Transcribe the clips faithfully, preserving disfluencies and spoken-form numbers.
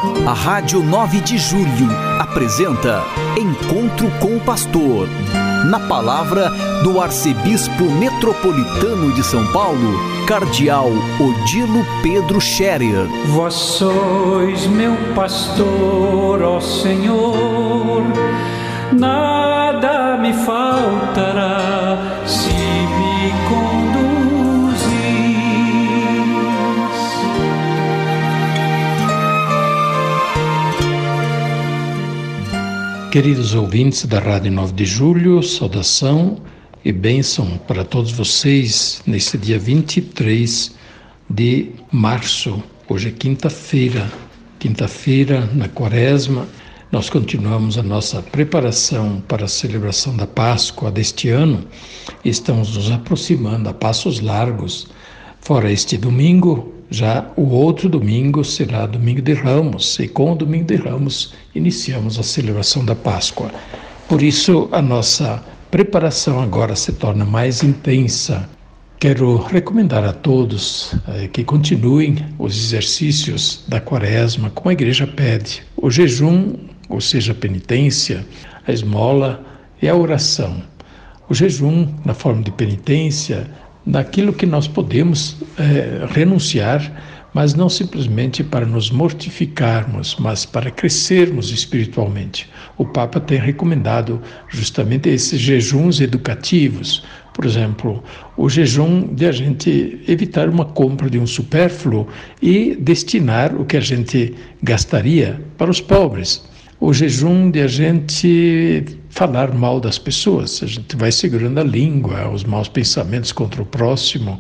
A Rádio nove de Julho apresenta Encontro com o Pastor, na palavra do Arcebispo Metropolitano de São Paulo, Cardeal Odilo Pedro Scherer. Vós sois meu pastor, ó Senhor, nada me faltará se me conduzis. Queridos ouvintes da Rádio nove de Julho, saudação e bênção para todos vocês neste dia vinte e três de março. Hoje é quinta-feira, quinta-feira na Quaresma. Nós continuamos a nossa preparação para a celebração da Páscoa deste ano e estamos nos aproximando a passos largos. Fora este domingo, já o outro domingo será Domingo de Ramos, e com o Domingo de Ramos iniciamos a celebração da Páscoa. Por isso, a nossa preparação agora se torna mais intensa. Quero recomendar a todos eh, que continuem os exercícios da Quaresma, como a Igreja pede: o jejum, ou seja, a penitência, a esmola e a oração. O jejum, na forma de penitência, naquilo que nós podemos é, renunciar, mas não simplesmente para nos mortificarmos, mas para crescermos espiritualmente. O Papa tem recomendado justamente esses jejuns educativos. Por exemplo, o jejum de a gente evitar uma compra de um supérfluo e destinar o que a gente gastaria para os pobres. O jejum de a gente falar mal das pessoas, a gente vai segurando a língua, os maus pensamentos contra o próximo,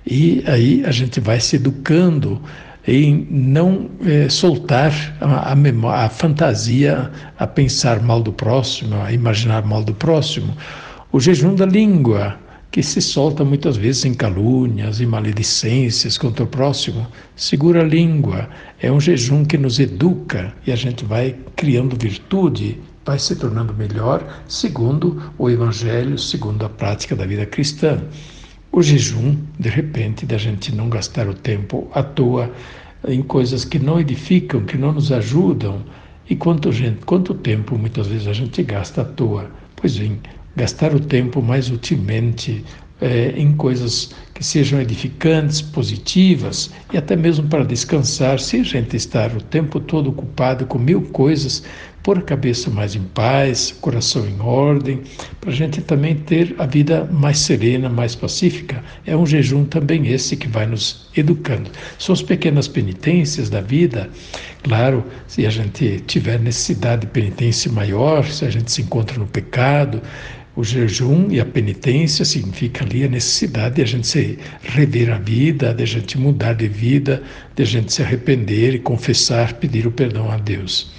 e aí a gente vai se educando em não é, soltar a, a, a fantasia a pensar mal do próximo, a imaginar mal do próximo. O jejum da língua, que se solta muitas vezes em calúnias e maledicências contra o próximo, segura a língua. É um jejum que nos educa e a gente vai criando virtude, vai se tornando melhor segundo o Evangelho, segundo a prática da vida cristã. O jejum, de repente, da gente não gastar o tempo à toa em coisas que não edificam, que não nos ajudam. E quanto, gente, quanto tempo muitas vezes a gente gasta à toa? Pois bem, gastar o tempo mais utilmente é, em coisas que sejam edificantes, positivas, e até mesmo para descansar. Se a gente estar o tempo todo ocupado com mil coisas, pôr a cabeça mais em paz, coração em ordem, para a gente também ter a vida mais serena, mais pacífica. É um jejum também esse que vai nos educando. São as pequenas penitências da vida. Claro, se a gente tiver necessidade de penitência maior, se a gente se encontra no pecado, o jejum e a penitência significa ali a necessidade de a gente se rever a vida, de a gente mudar de vida, de a gente se arrepender e confessar, pedir o perdão a Deus.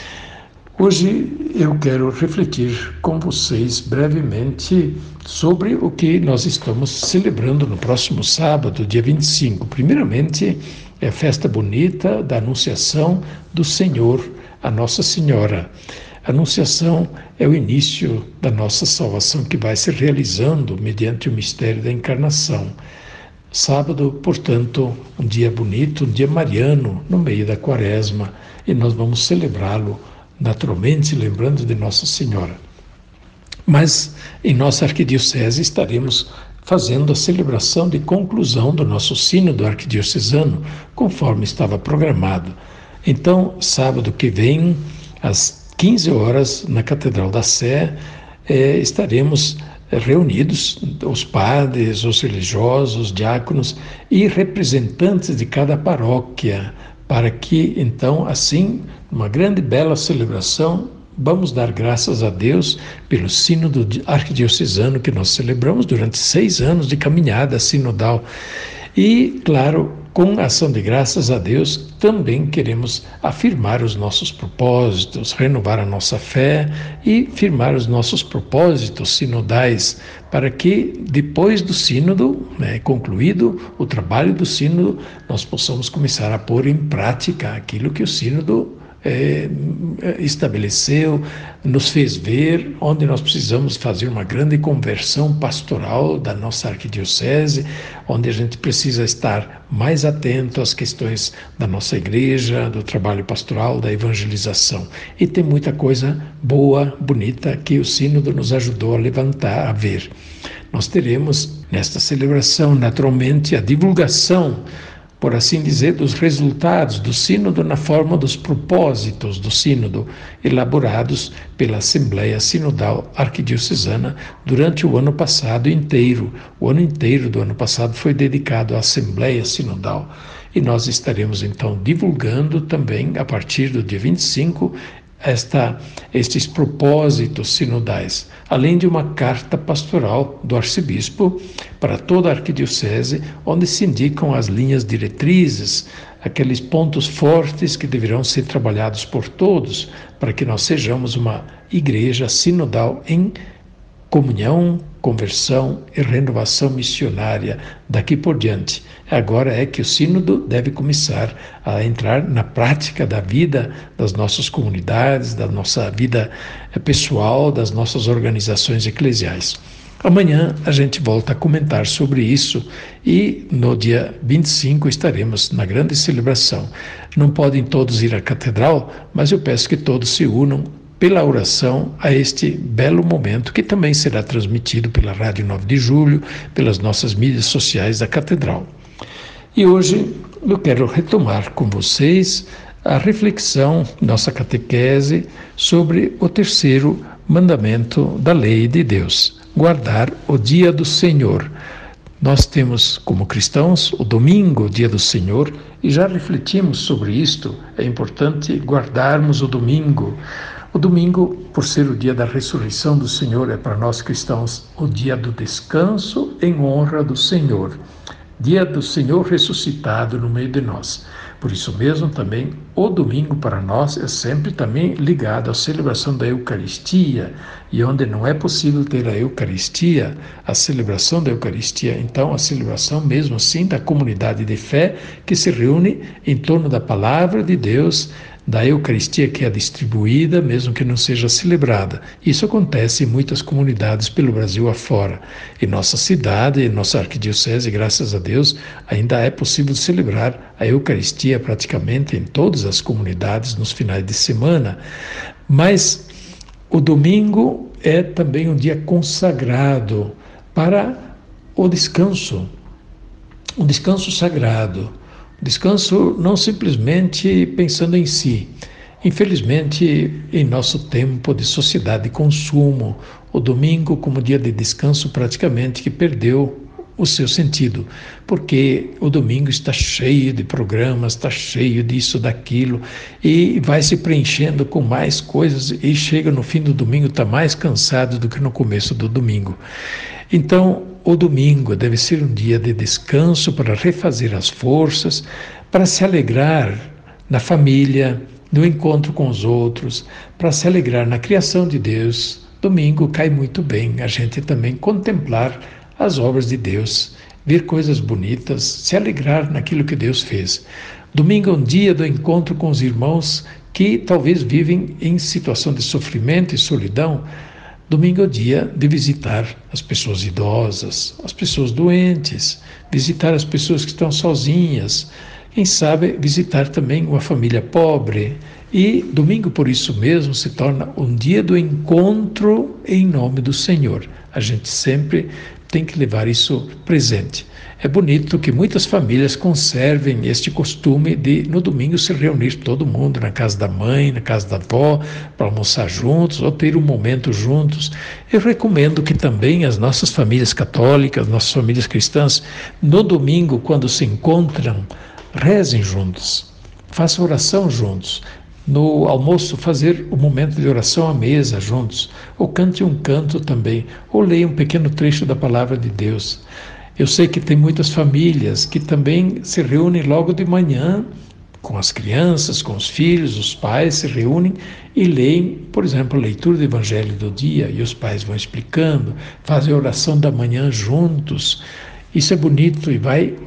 Hoje eu quero refletir com vocês brevemente sobre o que nós estamos celebrando no próximo sábado, dia vinte e cinco. Primeiramente, é a festa bonita da Anunciação do Senhor, a Nossa Senhora. A Anunciação é o início da nossa salvação que vai se realizando mediante o mistério da encarnação. Sábado, portanto, um dia bonito, um dia mariano, no meio da Quaresma, e nós vamos celebrá-lo naturalmente lembrando de Nossa Senhora. Mas em nossa arquidiocese estaremos fazendo a celebração de conclusão do nosso sínodo arquidiocesano, conforme estava programado. Então, sábado que vem, às quinze horas, na Catedral da Sé, eh, estaremos reunidos, os padres, os religiosos, os diáconos e representantes de cada paróquia, para que, então, assim, uma grande, bela celebração, vamos dar graças a Deus pelo sínodo arquidiocesano que nós celebramos durante seis anos de caminhada sinodal. E, claro, com ação de graças a Deus, também queremos afirmar os nossos propósitos, renovar a nossa fé e firmar os nossos propósitos sinodais, para que depois do sínodo, né, concluído o trabalho do sínodo, nós possamos começar a pôr em prática aquilo que o sínodo é, estabeleceu, nos fez ver onde nós precisamos fazer uma grande conversão pastoral da nossa arquidiocese, onde a gente precisa estar mais atento às questões da nossa igreja, do trabalho pastoral, da evangelização. E tem muita coisa boa, bonita, que o Sínodo nos ajudou a levantar, a ver. Nós teremos nesta celebração, naturalmente, a divulgação, por assim dizer, dos resultados do Sínodo na forma dos propósitos do Sínodo, elaborados pela Assembleia Sinodal Arquidiocesana durante o ano passado inteiro. O ano inteiro do ano passado foi dedicado à Assembleia Sinodal. E nós estaremos, então, divulgando também, a partir do dia vinte e cinco, Esta, estes propósitos sinodais, além de uma carta pastoral do arcebispo para toda a arquidiocese, onde se indicam as linhas diretrizes, aqueles pontos fortes que deverão ser trabalhados por todos, para que nós sejamos uma igreja sinodal em comunhão, conversão e renovação missionária daqui por diante. Agora é que o Sínodo deve começar a entrar na prática da vida das nossas comunidades, da nossa vida pessoal, das nossas organizações eclesiais. Amanhã a gente volta a comentar sobre isso e no dia vinte e cinco estaremos na grande celebração. Não podem todos ir à catedral, mas eu peço que todos se unam pela oração a este belo momento, que também será transmitido pela Rádio nove de Julho, pelas nossas mídias sociais da Catedral. E hoje eu quero retomar com vocês a reflexão, nossa catequese, sobre o terceiro mandamento da lei de Deus, guardar o dia do Senhor. Nós temos, como cristãos, o domingo, o dia do Senhor, e já refletimos sobre isto. É importante guardarmos o domingo. O domingo, por ser o dia da ressurreição do Senhor, é para nós cristãos o dia do descanso em honra do Senhor. Dia do Senhor ressuscitado no meio de nós. Por isso mesmo também o domingo para nós é sempre também ligado à celebração da Eucaristia, e onde não é possível ter a Eucaristia, a celebração da Eucaristia, então a celebração mesmo assim da comunidade de fé que se reúne em torno da palavra de Deus, da Eucaristia que é distribuída, mesmo que não seja celebrada. Isso acontece em muitas comunidades pelo Brasil afora. Em nossa cidade, em nossa arquidiocese, graças a Deus, ainda é possível celebrar a Eucaristia praticamente em todas as comunidades nos finais de semana. Mas o domingo é também um dia consagrado para o descanso, um descanso sagrado. Descanso não simplesmente pensando em si. Infelizmente, em nosso tempo de sociedade de consumo, o domingo como dia de descanso praticamente que perdeu o seu sentido, porque o domingo está cheio de programas, está cheio disso, daquilo, e vai se preenchendo com mais coisas e chega no fim do domingo, está mais cansado do que no começo do domingo. Então, o domingo deve ser um dia de descanso para refazer as forças, para se alegrar na família, no encontro com os outros, para se alegrar na criação de Deus. Domingo cai muito bem a gente também contemplar as obras de Deus, ver coisas bonitas, se alegrar naquilo que Deus fez. Domingo é um dia do encontro com os irmãos que talvez vivem em situação de sofrimento e solidão. Domingo é o dia de visitar as pessoas idosas, as pessoas doentes, visitar as pessoas que estão sozinhas, quem sabe visitar também uma família pobre. E domingo, por isso mesmo, se torna um dia do encontro em nome do Senhor. A gente sempre tem que levar isso presente. É bonito que muitas famílias conservem este costume de, no domingo, se reunir todo mundo na casa da mãe, na casa da avó, para almoçar juntos ou ter um momento juntos. Eu recomendo que também as nossas famílias católicas, nossas famílias cristãs, no domingo, quando se encontram, rezem juntos, façam oração juntos. No almoço, fazer o momento de oração à mesa juntos, ou cante um canto também, ou leia um pequeno trecho da palavra de Deus. Eu sei que tem muitas famílias que também se reúnem logo de manhã, com as crianças, com os filhos, os pais se reúnem e leem, por exemplo, a leitura do Evangelho do dia, e os pais vão explicando, fazem a oração da manhã juntos. Isso é bonito e vai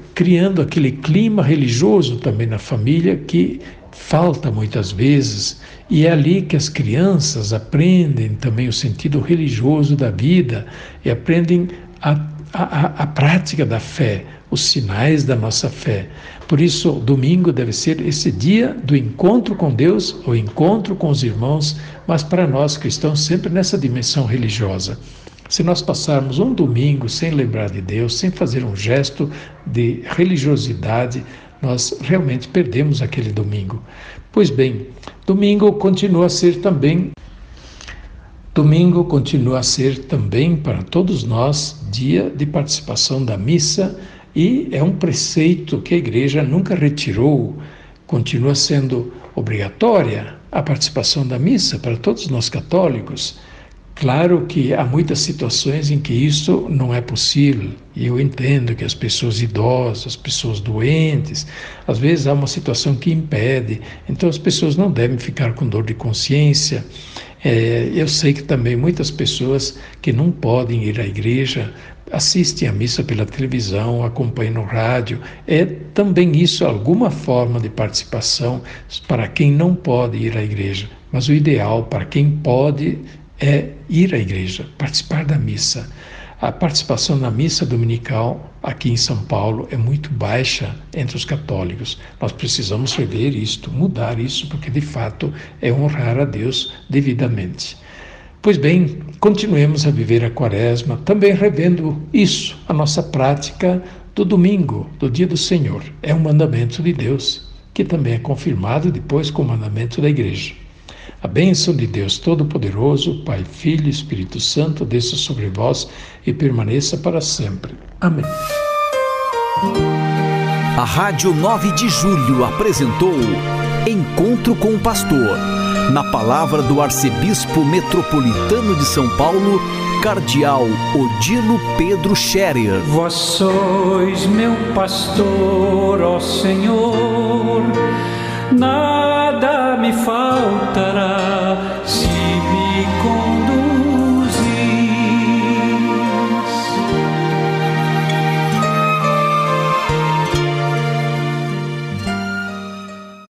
criando aquele clima religioso também na família que falta muitas vezes, e é ali que as crianças aprendem também o sentido religioso da vida e aprendem a, a, a prática da fé, os sinais da nossa fé. Por isso, domingo deve ser esse dia do encontro com Deus, o encontro com os irmãos, mas para nós cristãos sempre nessa dimensão religiosa. Se nós passarmos um domingo sem lembrar de Deus, sem fazer um gesto de religiosidade, nós realmente perdemos aquele domingo. Pois bem, domingo continua a ser também, domingo continua a ser também para todos nós dia de participação da missa, e é um preceito que a Igreja nunca retirou, continua sendo obrigatória a participação da missa para todos nós católicos. Claro que há muitas situações em que isso não é possível, e eu entendo que as pessoas idosas, as pessoas doentes, às vezes há uma situação que impede, então as pessoas não devem ficar com dor de consciência. É, eu sei que também muitas pessoas que não podem ir à igreja assistem a missa pela televisão, acompanham no rádio. É também isso alguma forma de participação para quem não pode ir à igreja, mas o ideal para quem pode é ir à igreja, participar da missa. A participação na missa dominical aqui em São Paulo é muito baixa entre os católicos. Nós precisamos rever isto, mudar isso, porque de fato é honrar a Deus devidamente. Pois bem, continuemos a viver a Quaresma, também revendo isso, a nossa prática do domingo, do dia do Senhor. É um mandamento de Deus, que também é confirmado depois com o mandamento da Igreja. A bênção de Deus Todo-Poderoso, Pai, Filho e Espírito Santo, desça sobre vós e permaneça para sempre. Amém. A Rádio nove de Julho apresentou Encontro com o Pastor, na palavra do Arcebispo Metropolitano de São Paulo, Cardeal Odilo Pedro Scherer. Vós sois meu pastor, ó Senhor, nada me falta.